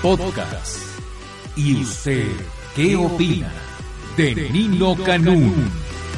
Podcast. ¿Y usted qué opina de Nino Canún?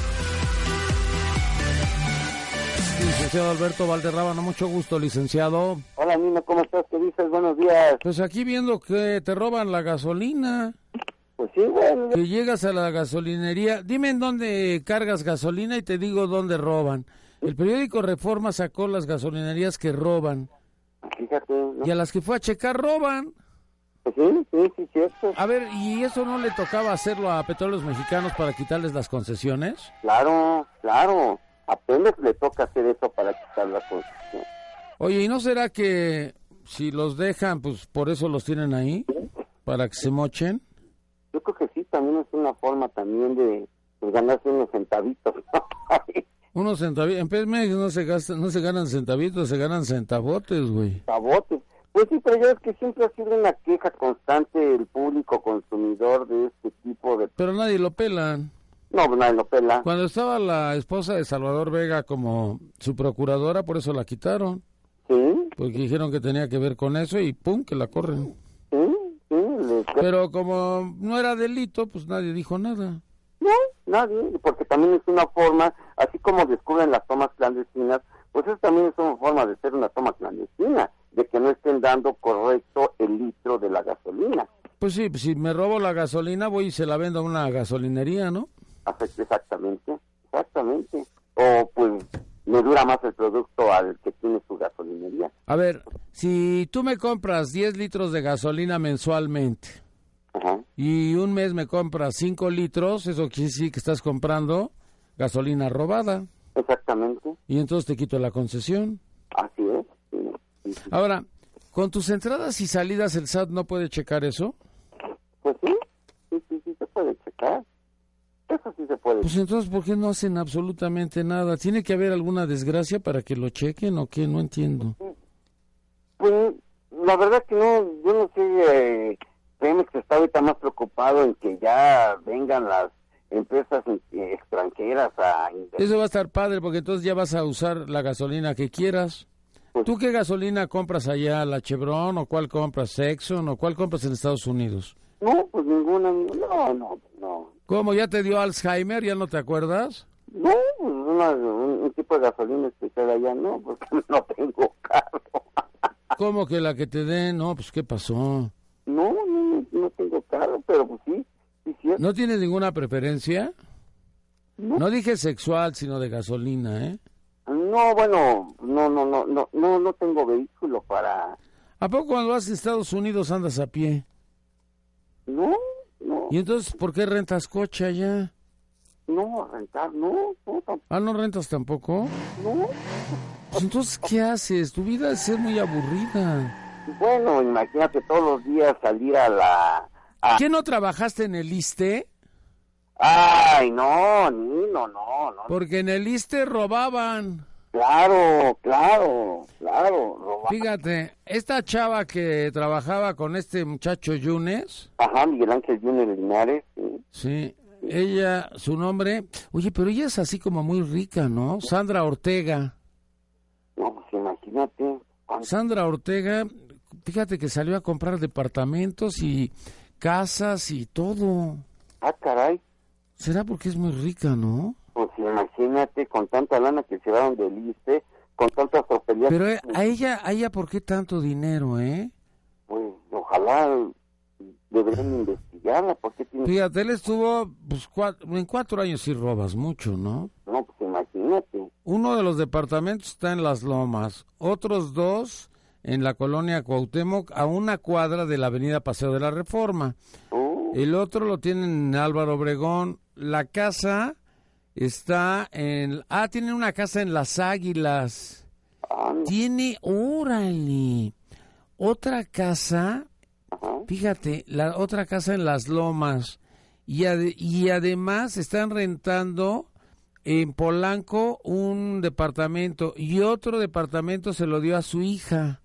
Licenciado Alberto Valderrábano, mucho gusto, licenciado. Hola, Nino, ¿cómo estás? ¿Qué dices? Buenos días. Pues aquí viendo que te roban la gasolina. Pues sí, bueno. Que llegas a la gasolinería, dime en dónde cargas gasolina y te digo dónde roban. El periódico Reforma sacó las gasolinerías que roban. Fíjate, ¿no? Y a las que fue a checar roban. Pues sí, cierto. A ver, ¿y eso no le tocaba hacerlo a Petróleos Mexicanos para quitarles las concesiones? Claro. Apenas le toca hacer eso para quitar la concesión. Oye, ¿y no será que si los dejan, pues por eso los tienen ahí? ¿Para que se mochen? Yo creo que sí, también es una forma también de pues, ganarse unos centavitos. Unos centavitos, en Pemex no se ganan centavitos, se ganan centavotes, güey. Sabotes. Pues sí, pero ya es que siempre ha sido una queja constante del público consumidor de este tipo de... Pero nadie lo pelan. No, pues nadie lo pela. Cuando estaba la esposa de Salvador Vega como su procuradora, por eso la quitaron. Sí. Porque dijeron que tenía que ver con eso y ¡pum!, que la corren. Sí. Pero como no era delito, pues nadie dijo nada. No, nadie, porque también es una forma, así como descubren las tomas clandestinas, pues eso también es una forma de ser una toma clandestina, de que no estén dando correcto el litro de la gasolina. Pues sí, si me robo la gasolina, voy y se la vendo a una gasolinería, ¿no? Exactamente. O pues me dura más el producto al que tiene su gasolinería. A ver, si tú me compras 10 litros de gasolina mensualmente, Ajá. y un mes me compras 5 litros, eso quiere decir que estás comprando gasolina robada. Exactamente. Y entonces te quito la concesión. Así es. Sí. Ahora, con tus entradas y salidas, ¿el SAT no puede checar eso? Pues sí se puede checar. Eso sí se puede. Pues entonces, ¿por qué no hacen absolutamente nada? ¿Tiene que haber alguna desgracia para que lo chequen o qué? No entiendo. Pues la verdad que no, yo no sé, Pemex está ahorita más preocupado en que ya vengan las empresas extranjeras a invertir. Eso va a estar padre porque entonces ya vas a usar la gasolina que quieras. Pues, ¿Tú qué gasolina compras allá? ¿La Chevron o cuál compras? ¿Exxon o cuál compras en Estados Unidos? no, pues ninguna, no. ¿Cómo? ¿Ya te dio Alzheimer? ¿Ya no te acuerdas? No, pues un tipo de gasolina especial allá no, porque no tengo carro. ¿Cómo que la que te den? No, pues ¿qué pasó? No tengo carro, pero pues sí, cierto. ¿No tienes ninguna preferencia? No. No dije sexual, sino de gasolina, ¿eh? No, bueno, no tengo vehículo para... ¿A poco cuando vas a Estados Unidos andas a pie? No. ¿Y entonces por qué rentas coche allá? No, rentar, no, tampoco. Ah, ¿no rentas tampoco? No. Pues entonces, ¿qué haces? Tu vida es ser muy aburrida. Bueno, imagínate todos los días salir a la... ¿Qué no trabajaste en el ISSSTE? Ay, no. Porque en el ISSSTE robaban. Claro. Fíjate, esta chava que trabajaba con este muchacho Yunes. Ajá, Miguel Ángel Junior Linares. Sí, ella, su nombre... Oye, pero ella es así como muy rica, ¿no? Sandra Ortega. No, pues imagínate. Sandra Ortega, fíjate que salió a comprar departamentos y casas y todo. Ah, caray. ¿Será porque es muy rica, no? Pues imagínate, con tanta lana que se llevaron del ISSSTE, con tantas tropelías. Pero a ella, ¿por qué tanto dinero, eh? Pues ojalá deberían investigarla, porque tiene... Fíjate, él estuvo, pues, en 4 años sí robas mucho, ¿no? No, pues imagínate. Uno de los departamentos está en Las Lomas, otros 2 en la colonia Cuauhtémoc, a 1 cuadra de la avenida Paseo de la Reforma. El otro lo tienen en Álvaro Obregón. La casa está en... tiene una casa en Las Águilas. Tiene, órale, otra casa, fíjate, la otra casa en Las Lomas. Y además están rentando en Polanco un departamento y otro departamento se lo dio a su hija.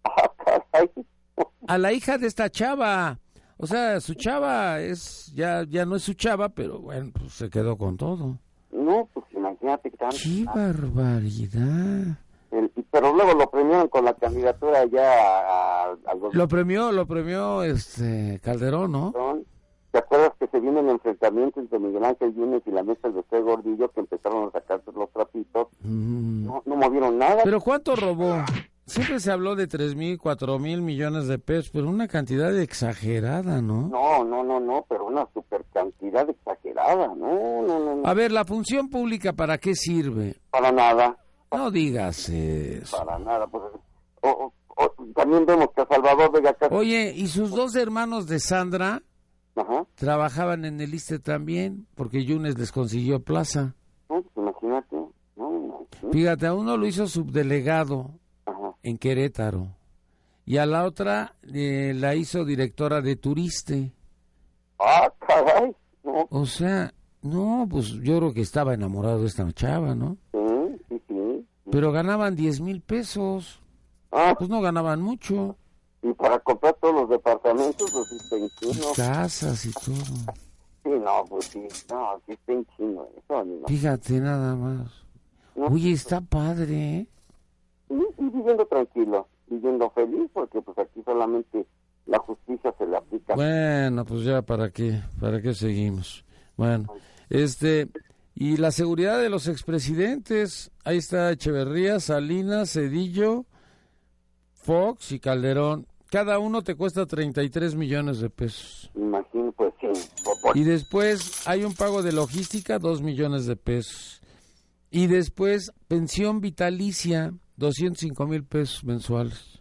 A la hija de esta chava. O sea, su chava ya no es su chava, pero bueno, pues se quedó con todo. No, pues imagínate que ¡Qué barbaridad! Y pero luego lo premiaron con la candidatura ya al Lo premió Calderón, ¿no? ¿Te acuerdas que se viene el enfrentamiento entre Miguel Ángel Yunes y la mesa del doctor Gordillo, que empezaron a sacarse los trapitos? No movieron nada. ¿Pero cuánto robó? Siempre se habló de 3,000, 4,000 millones de pesos, pero una cantidad exagerada, ¿no? No, pero una super cantidad exagerada, no. A ver, ¿la función pública para qué sirve? Para nada. No digas eso. Para nada, pues... también vemos que a Salvador Vega Castillo... Oye, ¿y sus dos hermanos de Sandra? Ajá. Trabajaban en el ISSSTE también, porque Yunes les consiguió plaza. No, pues imagínate. Fíjate, a uno lo hizo subdelegado en Querétaro, y a la otra la hizo directora de Turiste. Ah, caray. No. O sea, no, pues yo creo que estaba enamorado de esta chava, ¿no? Sí. Pero ganaban 10,000 pesos. Pues no ganaban mucho. Y para comprar todos los departamentos, pues sí está en chino. Casas y todo. Sí, no, pues sí. No, sí está en chino. Eso, no. Fíjate nada más. No, Oye, está padre, ¿eh? Y viviendo tranquilo, viviendo feliz, porque pues aquí solamente la justicia se le aplica. Bueno, pues ya, ¿para qué seguimos? Bueno, y la seguridad de los expresidentes, ahí está Echeverría, Salinas, Zedillo, Fox y Calderón. Cada uno te cuesta 33 millones de pesos. Imagino, pues sí. Y después hay un pago de logística, 2 millones de pesos. Y después pensión vitalicia, 205,000 pesos mensuales.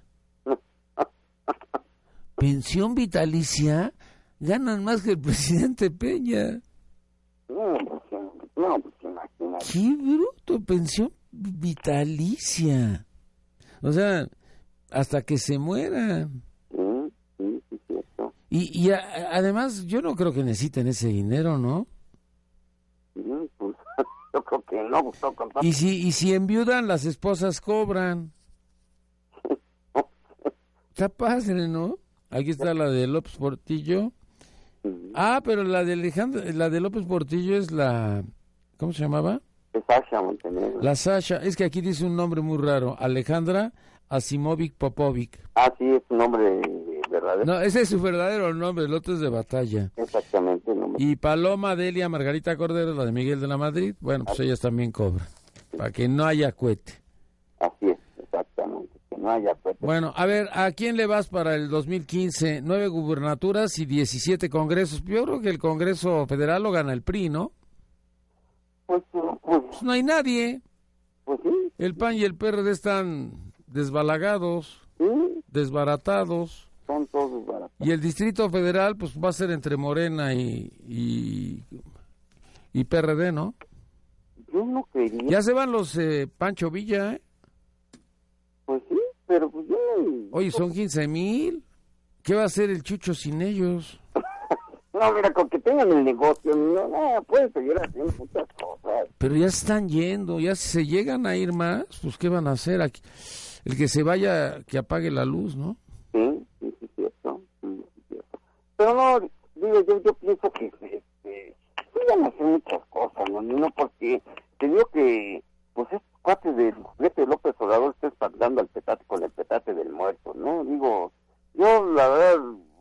Pensión vitalicia, ganan más que el presidente Peña. No, pues imagínate. ¡Qué bruto! Pensión vitalicia. O sea, hasta que se mueran. Sí, cierto. Y además, yo no creo que necesiten ese dinero, ¿no? Pues yo creo que no, pues toca. Y si enviudan, las esposas cobran. Está padre, ¿no? Aquí está la de López Portillo. Pero la de López Portillo es la... ¿Cómo se llamaba? Es Sasha Montenegro. La Sasha. Es que aquí dice un nombre muy raro. Alejandra Asimovic Popovic. Sí, es su nombre verdadero. No, ese es su verdadero nombre, el otro es de batalla. Exactamente. El nombre. Y Paloma Delia Margarita Cordero, la de Miguel de la Madrid, bueno, pues ellas también cobran. Para que no haya cohete. Así es, exactamente. Que no haya cohete. Bueno, a ver, ¿a quién le vas para el 2015? 9 gubernaturas y 17 congresos. Yo creo que el Congreso Federal lo gana el PRI, ¿no? Pues no hay nadie. Pues sí. El PAN y el PRD están desbalagados, desbaratados. Son todos desbaratados. Y el Distrito Federal, pues va a ser entre Morena y PRD, ¿no? Yo no creería. Ya se van los Pancho Villa, ¿eh? Pues sí, pero pues yo... Oye, son 15,000. ¿Qué va a hacer el Chucho sin ellos? No, mira, con que tengan el negocio, no, pueden seguir haciendo muchas cosas. Pero ya se están yendo, ya si se llegan a ir más, pues ¿qué van a hacer? Aquí, el que se vaya, que apague la luz, ¿no? Sí, cierto. Pero no, digo, yo pienso que van a hacer muchas cosas, ¿no? Porque te digo que, pues es cuate de López Obrador está espantando al petate con el petate del muerto, ¿no? Digo, yo la verdad...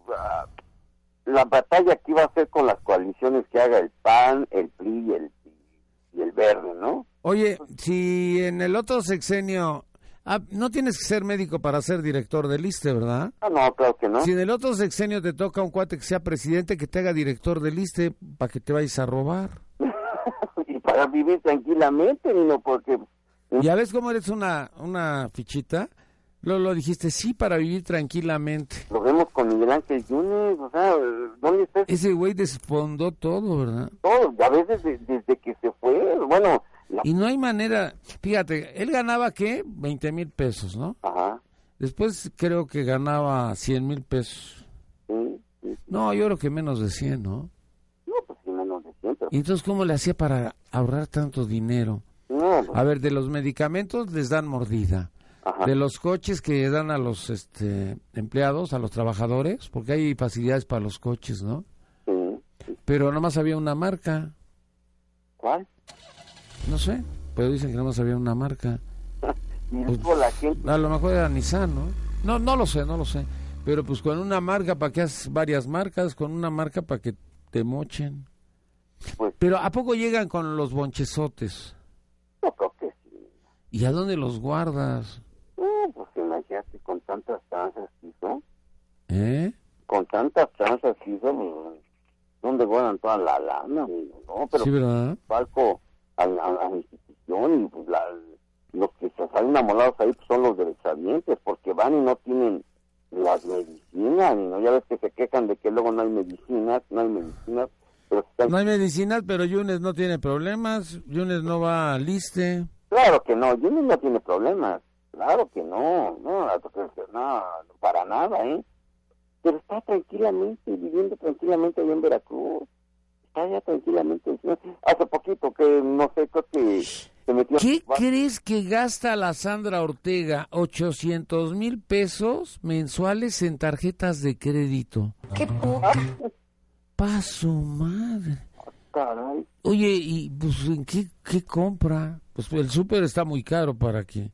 La batalla aquí va a ser con las coaliciones que haga el PAN, el PRI y el Verde, ¿no? Oye, si en el otro sexenio... no tienes que ser médico para ser director del ISSSTE, ¿verdad? No, claro que no. Si en el otro sexenio te toca un cuate que sea presidente, que te haga director del ISSSTE para que te vayas a robar. Y para vivir tranquilamente, no porque... ¿Ya ves cómo eres una fichita? Lo dijiste, sí, para vivir tranquilamente. Lo vemos con Miguel Ángel Yunes, o sea, ¿dónde está? Ese güey desfondó todo, ¿verdad? Todo, ya ves desde que se fue, bueno... Y no hay manera, fíjate, él ganaba, ¿qué? 20,000 pesos, ¿no? Ajá. Después creo que ganaba 100,000 pesos. Sí. No, yo creo que menos de 100, ¿no? No, pues sí, menos de 100. Pero... ¿Y entonces cómo le hacía para ahorrar tanto dinero? No, pues... A ver, de los medicamentos les dan mordida. Ajá. De los coches que dan a los empleados, a los trabajadores, porque hay facilidades para los coches, ¿no? Sí. Pero nomás había una marca. ¿Cuál? No sé, pero dicen que nomás había una marca. Y Pues, luego la gente, a lo mejor era Nissan, ¿no? No lo sé. Pero pues con una marca, ¿para qué haces varias marcas? Con una marca para que te mochen. pues, Pero ¿a poco llegan con los bonchesotes? yo creo que sí. ¿Y a dónde los guardas? Pues imagínate, con tantas tranzas que hizo, ¿Eh? con tantas tranzas que hizo, pues, ¿dónde guardan toda la lana? No, pero Sí, ¿verdad? falco a la institución, y pues los que se salen amolados ahí pues, son los derechohabientes, porque van y no tienen las medicinas, ¿no? Ya ves que se quejan de que luego no hay medicinas, pero están... No hay medicinas, pero Yunes no tiene problemas. Yunes no va al ISSSTE. Claro que no, Jimmy no tiene problemas, claro que no, para nada, pero está viviendo tranquilamente allá en Veracruz, está ya tranquilamente. Hace poquito que, no sé, creo que se metió... ¿Qué crees que gasta la Sandra Ortega? 800,000 pesos mensuales en tarjetas de crédito. ¡Qué poca! ¡Pa' su madre! Caray, Oye, ¿y pues en qué compra? Pues el súper está muy caro para que...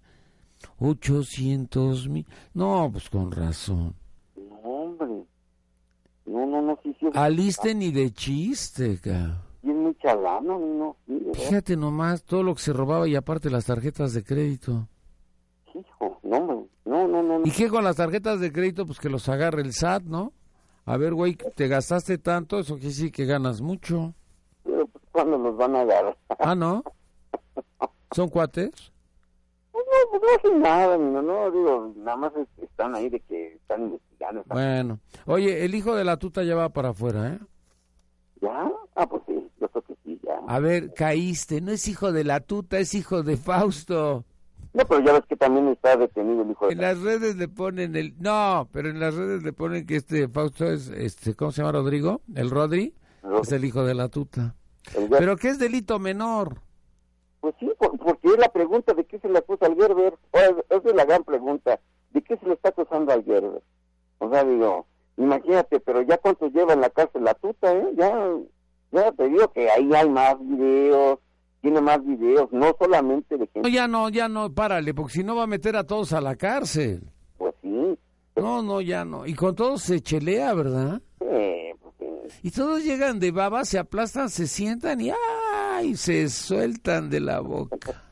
800,000... No, pues con razón. no, hombre, no, sí, Aliste ni de chiste, cara. y es mucha lana, no, sí, ¿verdad? Fíjate nomás todo lo que se robaba y aparte las tarjetas de crédito. Hijo, no, hombre, no. ¿Y qué con las tarjetas de crédito? Pues que los agarre el SAT, ¿no? A ver, güey, te gastaste tanto, eso quiere decir que ganas mucho. Pero, pues, ¿cuándo los van a agarrar? Ah, ¿no? ¿Son cuates? Pues no hacen nada, no, digo, nada más están ahí de que están investigando. Bueno. Oye, el hijo de la tuta ya va para afuera, ¿eh? ¿Ya? Pues sí, yo creo que sí, ya. A ver, caíste. No es hijo de la tuta, es hijo de Fausto. No, pero ya ves que también está detenido el hijo de... En las redes le ponen el... No, pero en las redes le ponen que Fausto es, ¿cómo se llama Rodrigo? El Rodri. Es el hijo de la tuta. Pero que es delito menor. Pues sí, porque es la pregunta de qué se le acusa al Gerber. Esa es la gran pregunta. ¿De qué se le está acusando al Gerber? O sea, digo, imagínate, pero ya cuánto lleva en la cárcel la tuta, Ya te digo que ahí hay más videos, tiene más videos, no solamente de gente... No, ya no, párale, porque si no va a meter a todos a la cárcel. Pues sí. No, ya no. Y con todos se chelea, ¿verdad? Pues sí. Y todos llegan de baba, se aplastan, se sientan y ¡ay! Se sueltan de la boca.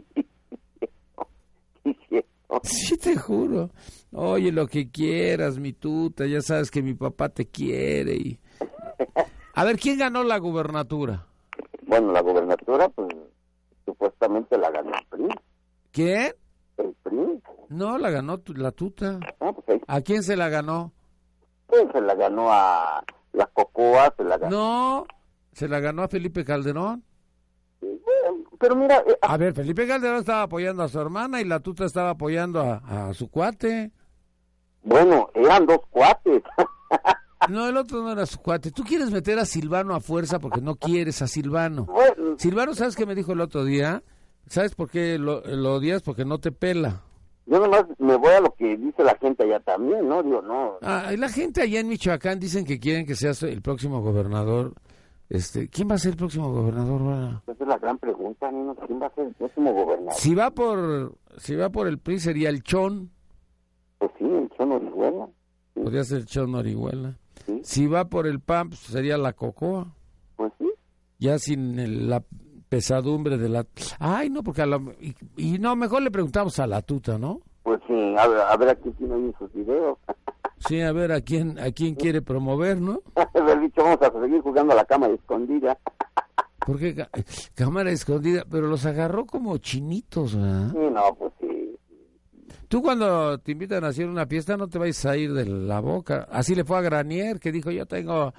Sí, te juro. Oye, lo que quieras, mi tuta, ya sabes que mi papá te quiere. A ver, ¿quién ganó la gubernatura? Bueno, la gubernatura, pues, supuestamente la ganó el PRI. ¿Quién? El PRI. No, la ganó la tuta. Pues ahí ¿A quién se la ganó? se la ganó a la Cocoa, se la ganó. No, se la ganó a Felipe Calderón. Pero mira... A ver, Felipe Calderón estaba apoyando a su hermana y la tuta estaba apoyando a su cuate. Bueno, eran dos cuates. No, el otro no era su cuate. Tú quieres meter a Silvano a fuerza porque no quieres a Silvano. Bueno, Silvano, ¿sabes qué me dijo el otro día? ¿Sabes por qué lo odias? Porque no te pela. yo nomás me voy a lo que dice la gente allá también, ¿no? Digo, no. Y la gente allá en Michoacán dicen que quieren que seas el próximo gobernador. ¿Quién va a ser el próximo gobernador? Esa es la gran pregunta, Nino. ¿Quién va a ser el próximo gobernador? Si va por el PRI sería el Chon. Pues sí, el Chon Orihuela. Sí. Podría ser el Chon Orihuela. Sí. Si va por el PAN, pues sería la Cocoa. Pues sí. Ya sin la pesadumbre de la... Ay, no, porque y no, mejor le preguntamos a la tuta, ¿no? Pues sí, a ver aquí tiene ahí sus videos. Sí, a ver a quién quiere promover, ¿no? Haber dicho, vamos a seguir jugando a la cámara escondida. Porque cámara escondida, pero los agarró como chinitos, ¿verdad? Sí, no, pues sí. Tú cuando te invitan a hacer una fiesta no te vais a ir de la boca. Así le fue a Granier, que dijo, yo tengo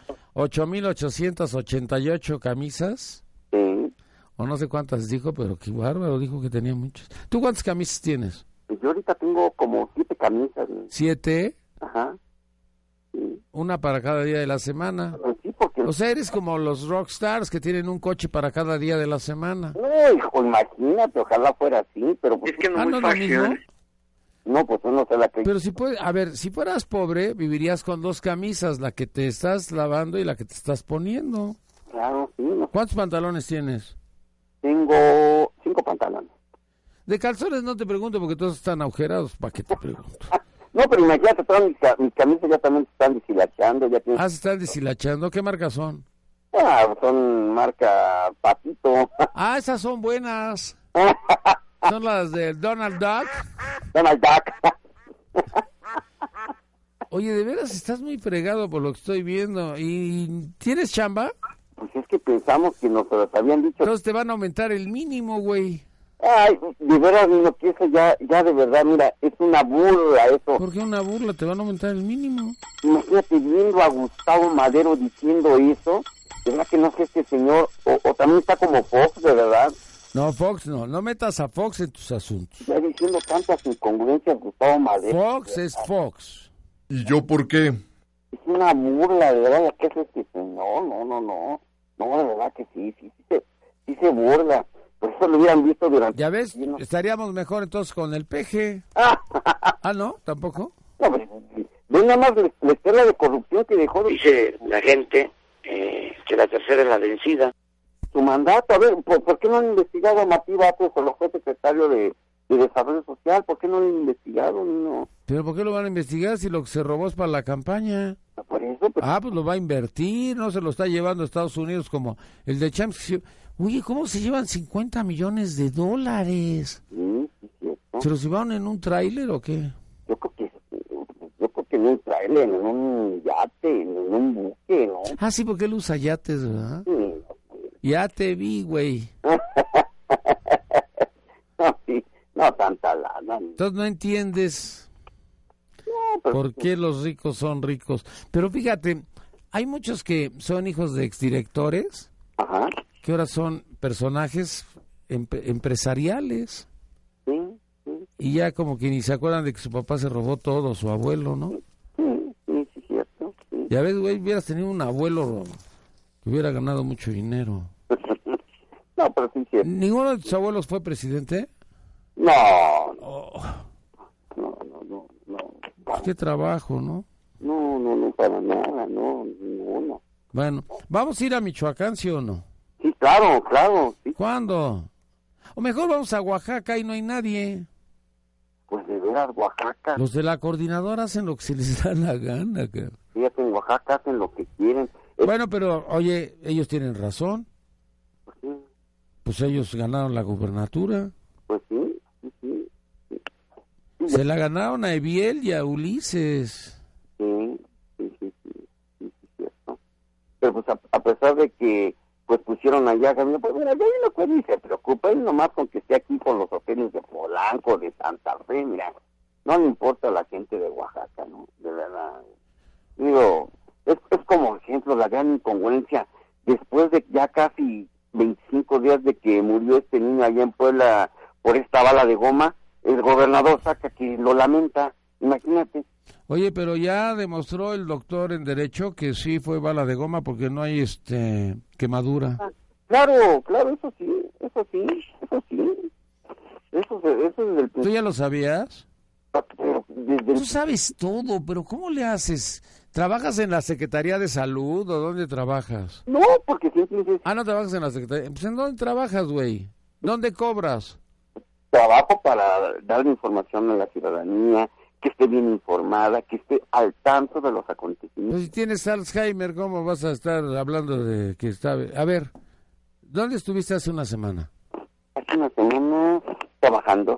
8,888 camisas. Sí. O no sé cuántas dijo, pero qué bárbaro, dijo que tenía muchas. ¿Tú cuántas camisas tienes? Pues yo ahorita tengo como 7 camisas. ¿No? 7. Ajá. Sí. Una para cada día de la semana. Pues sí, porque... O sea, eres como los rockstars que tienen un coche para cada día de la semana. No, hijo, imagínate, ojalá fuera así, pero... Pues, Es que no es ¿no muy lo fácil. mismo? No, pues uno se la cree. Pero si fueras pobre, vivirías con 2 camisas, la que te estás lavando y la que te estás poniendo. Claro, sí. No. ¿Cuántos pantalones tienes? Tengo 5 pantalones. De calzones no te pregunto porque todos están agujerados. ¿Para qué te pregunto? No, pero imagínate, todas mis camisas ya también se están deshilachando. Ya tienen... Ah, se están deshilachando. ¿Qué marcas son? Son marca Patito. Ah, esas son buenas. Son las de Donald Duck. Donald Duck. Oye, de veras estás muy fregado por lo que estoy viendo. ¿Y tienes chamba? Pues es que pensamos que nos lo habían dicho. Entonces te van a aumentar el mínimo, güey. Ay, de veras, no, que eso ya de verdad, mira, es una burla eso. ¿Por qué una burla? Te van a aumentar el mínimo. Imagínate viendo a Gustavo Madero diciendo eso, de verdad que no sé este señor, o también está como Fox, de verdad. No, Fox no metas a Fox en tus asuntos. Ya diciendo tantas incongruencias Gustavo Madero. Fox es Fox. ¿Y yo por qué? Es una burla, de verdad, ¿qué es este señor? No, de verdad que sí se burla. Por eso lo hubieran visto durante... Ya ves, estaríamos mejor entonces con el peje. ¿No? ¿Tampoco? No, pues, ven nada más la estela de corrupción que dejó. Dice la gente que la tercera es la vencida. Su mandato, a ver, ¿por qué no han investigado a Martí Batres, o lo fue secretario de Desarrollo Social? ¿Por qué no lo han investigado? No. ¿Pero por qué lo van a investigar si lo que se robó es para la campaña? Por eso... Pues lo va a invertir, no se lo está llevando a Estados Unidos como el de Champs. Oye, ¿cómo se llevan $50 millones? Sí, cierto. ¿Se los llevaron en un tráiler o qué? Yo creo que en un tráiler, en un yate, en un buque, ¿no? Ah, sí, porque él usa yates, ¿verdad? Sí. Ya te vi, güey. No, tanta lana. Entonces no entiendes por qué los ricos son ricos. Pero fíjate, hay muchos que son hijos de exdirectores, Ajá. que ahora son personajes empresariales. Sí. Y ya como que ni se acuerdan de que su papá se robó todo, su abuelo, ¿no? Sí, cierto. Sí. Ya ves, güey, hubieras tenido un abuelo que hubiera ganado mucho dinero. No, pero sí, cierto. ¿Ninguno de tus abuelos fue presidente? No. Oh, No. qué trabajo, ¿no? No, para nada, no. Bueno, ¿vamos a ir a Michoacán, sí o no? Sí, claro, sí. ¿Cuándo? O mejor vamos a Oaxaca y no hay nadie. Pues de veras, Oaxaca. Los de la coordinadora hacen lo que se les da la gana, cara. Fíjate, en Oaxaca hacen lo que quieren. Bueno, pero, oye, ellos tienen razón. Pues sí. Pues ellos ganaron la gubernatura. Pues sí. Se la ganaron a Eviel y a Ulises. Sí, cierto. Pero pues a pesar de que pues pusieron allá, pues mira, ya no pues ni se preocupa, él nomás con que esté aquí con los hoteles de Polanco, de Santa Fe, mira, no le importa a la gente de Oaxaca, ¿no? De verdad. Digo, es como ejemplo la gran incongruencia, después de ya casi 25 días de que murió este niño allá en Puebla por esta bala de goma, el gobernador saca que lo lamenta, imagínate. Oye, pero ya demostró el doctor en Derecho que sí fue bala de goma porque no hay quemadura. Claro, eso sí. Eso es del ¿Tú ya lo sabías? desde Tú sabes todo, pero ¿cómo le haces? ¿Trabajas en la Secretaría de Salud o dónde trabajas? No, porque siempre dices, No trabajas en la Secretaría. Pues ¿en dónde trabajas, güey? ¿Dónde cobras? trabajo para darle información a la ciudadanía, que esté bien informada, que esté al tanto de los acontecimientos. Pues si tienes Alzheimer, ¿cómo vas a estar hablando de que está... A ver, ¿dónde estuviste hace una semana? Hace una semana trabajando.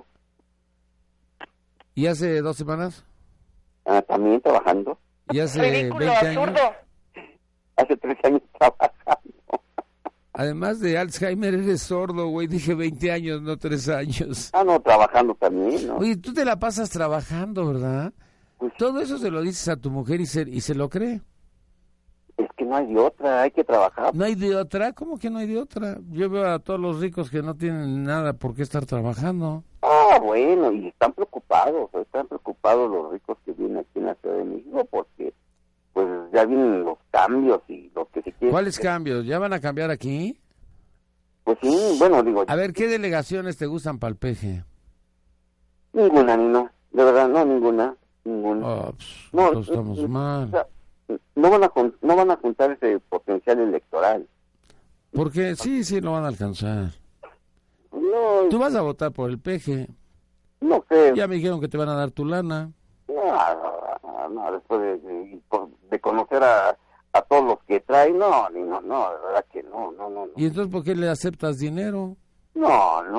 ¿Y hace 2 semanas? También trabajando. ¿Y hace ¡Ridículo, 20 años? absurdo! Hace 3 años trabajando. Además de Alzheimer, eres sordo, güey. Dije 20 años, no 3 años. No, trabajando también, ¿no? Oye, tú te la pasas trabajando, ¿verdad? Pues, Todo eso se lo dices a tu mujer y se lo cree. es que no hay de otra, hay que trabajar. ¿No hay de otra? ¿Cómo que no hay de otra? Yo veo a todos los ricos que no tienen nada por qué estar trabajando. Bueno, y están preocupados los ricos que vienen aquí en la Ciudad de México porque pues ya vienen los cambios y lo que se quiere. ¿Cuáles cambios? ¿Ya van a cambiar aquí? Pues sí, bueno, digo... A ver, ¿qué delegaciones te gustan para el peje? Ninguna, Nino, de verdad, no, ninguna. Pues, No, todos estamos mal. O sea, no van a juntar ese potencial electoral. Porque sí, lo van a alcanzar. No, No, Tú vas a votar por el PG. no sé. Ya me dijeron que te van a dar tu lana. No, después de conocer a todos los que trae, no, de verdad que no. ¿Y entonces por qué le aceptas dinero? No.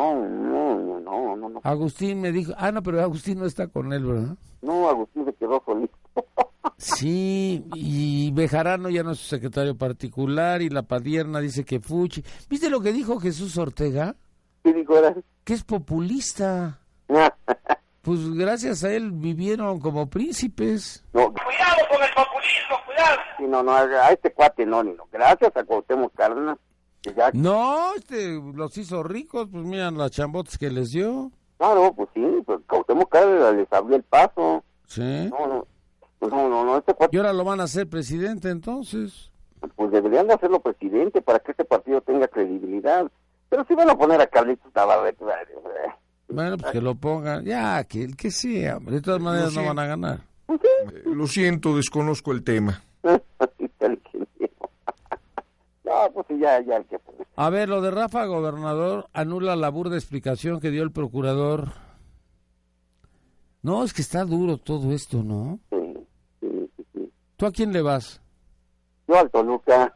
Agustín me dijo, no, pero Agustín no está con él, ¿verdad? No, Agustín se quedó solito. Sí, y Bejarano ya no es su secretario particular, y la Padierna dice que Fuchi. ¿Viste lo que dijo Jesús Ortega? ¿Qué dijo era? Que es populista. Pues gracias a él vivieron como príncipes. No. Cuidado con el populismo, cuidado. Sí, no, a este cuate no. Gracias a Cuauhtémoc Cárdenas. Que ya... No, los hizo ricos, pues miran las chambotas que les dio. Claro, pues sí, pues Cuauhtémoc Cárdenas les abrió el paso. Sí. No, este cuate... Y ahora lo van a hacer presidente, entonces. Pues deberían de hacerlo presidente para que este partido tenga credibilidad. Pero si van a poner a Carlitos Navarrete... Bueno, pues que lo pongan. Ya, que el que sea, hombre. De todas maneras no van a ganar. Lo siento, desconozco el tema. No, pues ya el que... A ver, lo de Rafa Gobernador anula la burda explicación que dio el procurador. No, es que está duro todo esto, ¿no? Sí. ¿Tú a quién le vas? Yo al Toluca.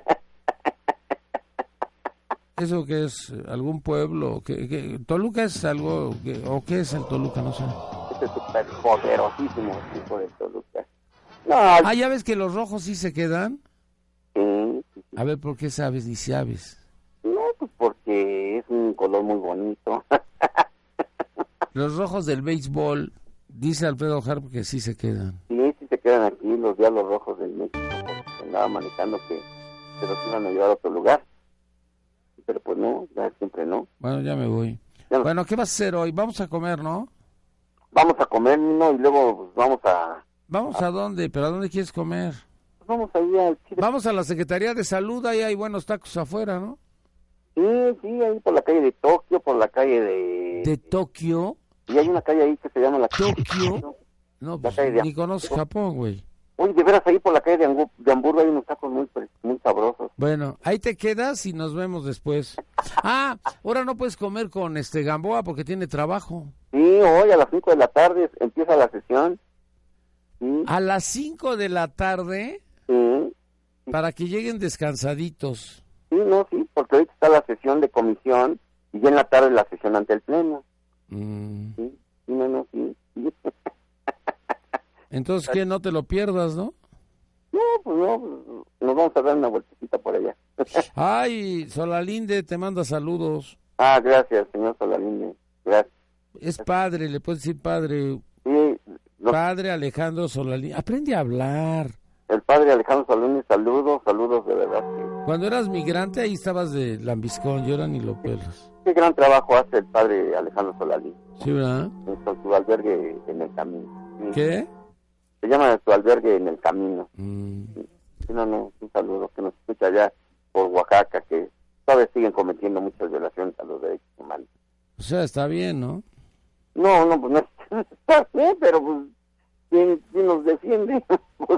¿Eso qué es? ¿Algún pueblo? ¿Toluca es algo? ¿O qué es el Toluca? No sé. Este súper poderosísimo tipo de Toluca. No, ¿Ya ves que los rojos sí se quedan? sí. A ver, ¿por qué sabes? Ni sabes. No, pues porque es un color muy bonito. Los rojos del béisbol, dice Alfredo Harp que sí se quedan. Sí se quedan aquí los Diablos Rojos del México, porque andaba manejando que se los iban a llevar a otro lugar. Pero pues no, ya siempre no. Bueno, ya me voy. Ya no. Bueno, ¿qué vas a hacer hoy? Vamos a comer, ¿no? Vamos a comer, ¿no? Y luego pues, vamos a... ¿Vamos a dónde? ¿Pero a dónde quieres comer? Pues vamos ahí al Chile. Vamos a la Secretaría de Salud, ahí hay buenos tacos afuera, ¿no? Sí, ahí por la calle de Tokio, por la calle de... ¿De Tokio? Y hay una calle ahí que se llama la ¿Tokio? No, pues calle de... ni conozco Japón, güey. Oye, de veras ahí por la calle de Hamburgo hay unos tacos muy sabrosos. Bueno, ahí te quedas y nos vemos después. Ahora no puedes comer con Gamboa porque tiene trabajo. Sí, hoy a las 5 de la tarde empieza la sesión. Sí. A las 5 de la tarde, Sí. para que lleguen descansaditos. Sí, porque ahorita está la sesión de comisión y ya en la tarde la sesión ante el pleno. Sí. Entonces, ¿qué? No te lo pierdas, ¿no? No, pues no, nos vamos a dar una vueltecita por allá. Ay, Solalinde te manda saludos. Gracias, señor Solalinde. Gracias. Es padre, le puedes decir padre. Sí, Padre Alejandro Solalinde. Aprende a hablar. el padre Alejandro Solalinde, saludos de verdad. Cuando eras migrante, ahí estabas de lambiscón, yo ahora ni lo pelas. Qué gran trabajo hace el padre Alejandro Solalinde. Sí, ¿verdad? Con su albergue en el camino. Sí. ¿Qué? Se llama su albergue en el camino. Mm. Sí, un saludo que nos escucha allá por Oaxaca, que todavía siguen cometiendo muchas violaciones a los derechos humanos. O sea, está bien, ¿no? No, pues no está bien, pero pues, ¿quién nos defiende? Pues,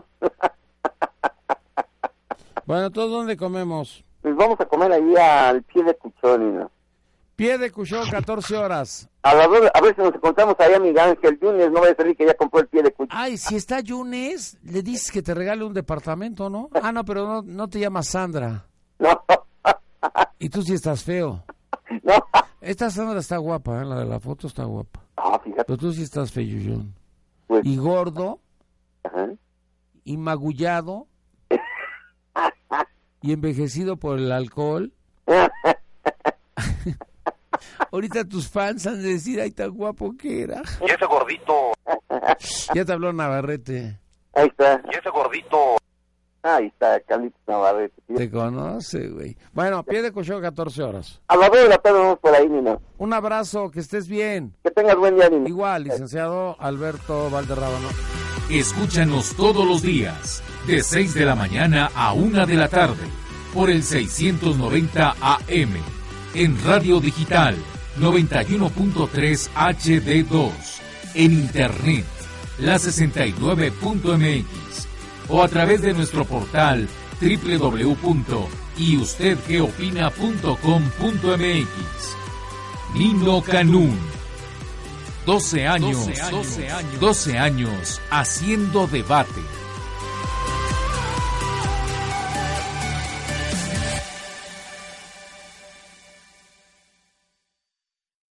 Bueno, ¿todos dónde comemos? pues vamos a comer ahí al pie de Cuchón, ¿no? Pie de Cuchón, 14 horas. A ver si nos encontramos ahí a Miguel Ángel Yunes, no va a salir que ya compró el pie de Cuchón. Ay, si está Yunes, le dices que te regale un departamento, ¿no? No, pero no te llamas Sandra. No, Y tú sí estás feo. no. Esta Sandra está guapa, la de la foto está guapa. Fíjate. Pero tú sí estás feyullón. Pues, Y gordo, ajá. y magullado, y envejecido por el alcohol. Ahorita tus fans han de decir, ay, tan guapo que era. Y ese gordito, Ya te habló Navarrete. Ahí está. y ese gordito. Ahí está, Carlitos Navarrete. Te conoce, güey. Bueno, Pie de Cuchón, 14 horas. A las 2 de la tarde vamos por ahí, Nino. Un abrazo, que estés bien. Que tengas buen día, Nino. Igual, licenciado Alberto Valderrábano. Escúchanos todos los días, de 6 de la mañana a 1 de la tarde, por el 690 AM, en Radio Digital 91.3 HD2, en Internet, la 69.mx, o a través de nuestro portal www.yustedqueopina.com.mx. Nino Canún. 12 años haciendo debate.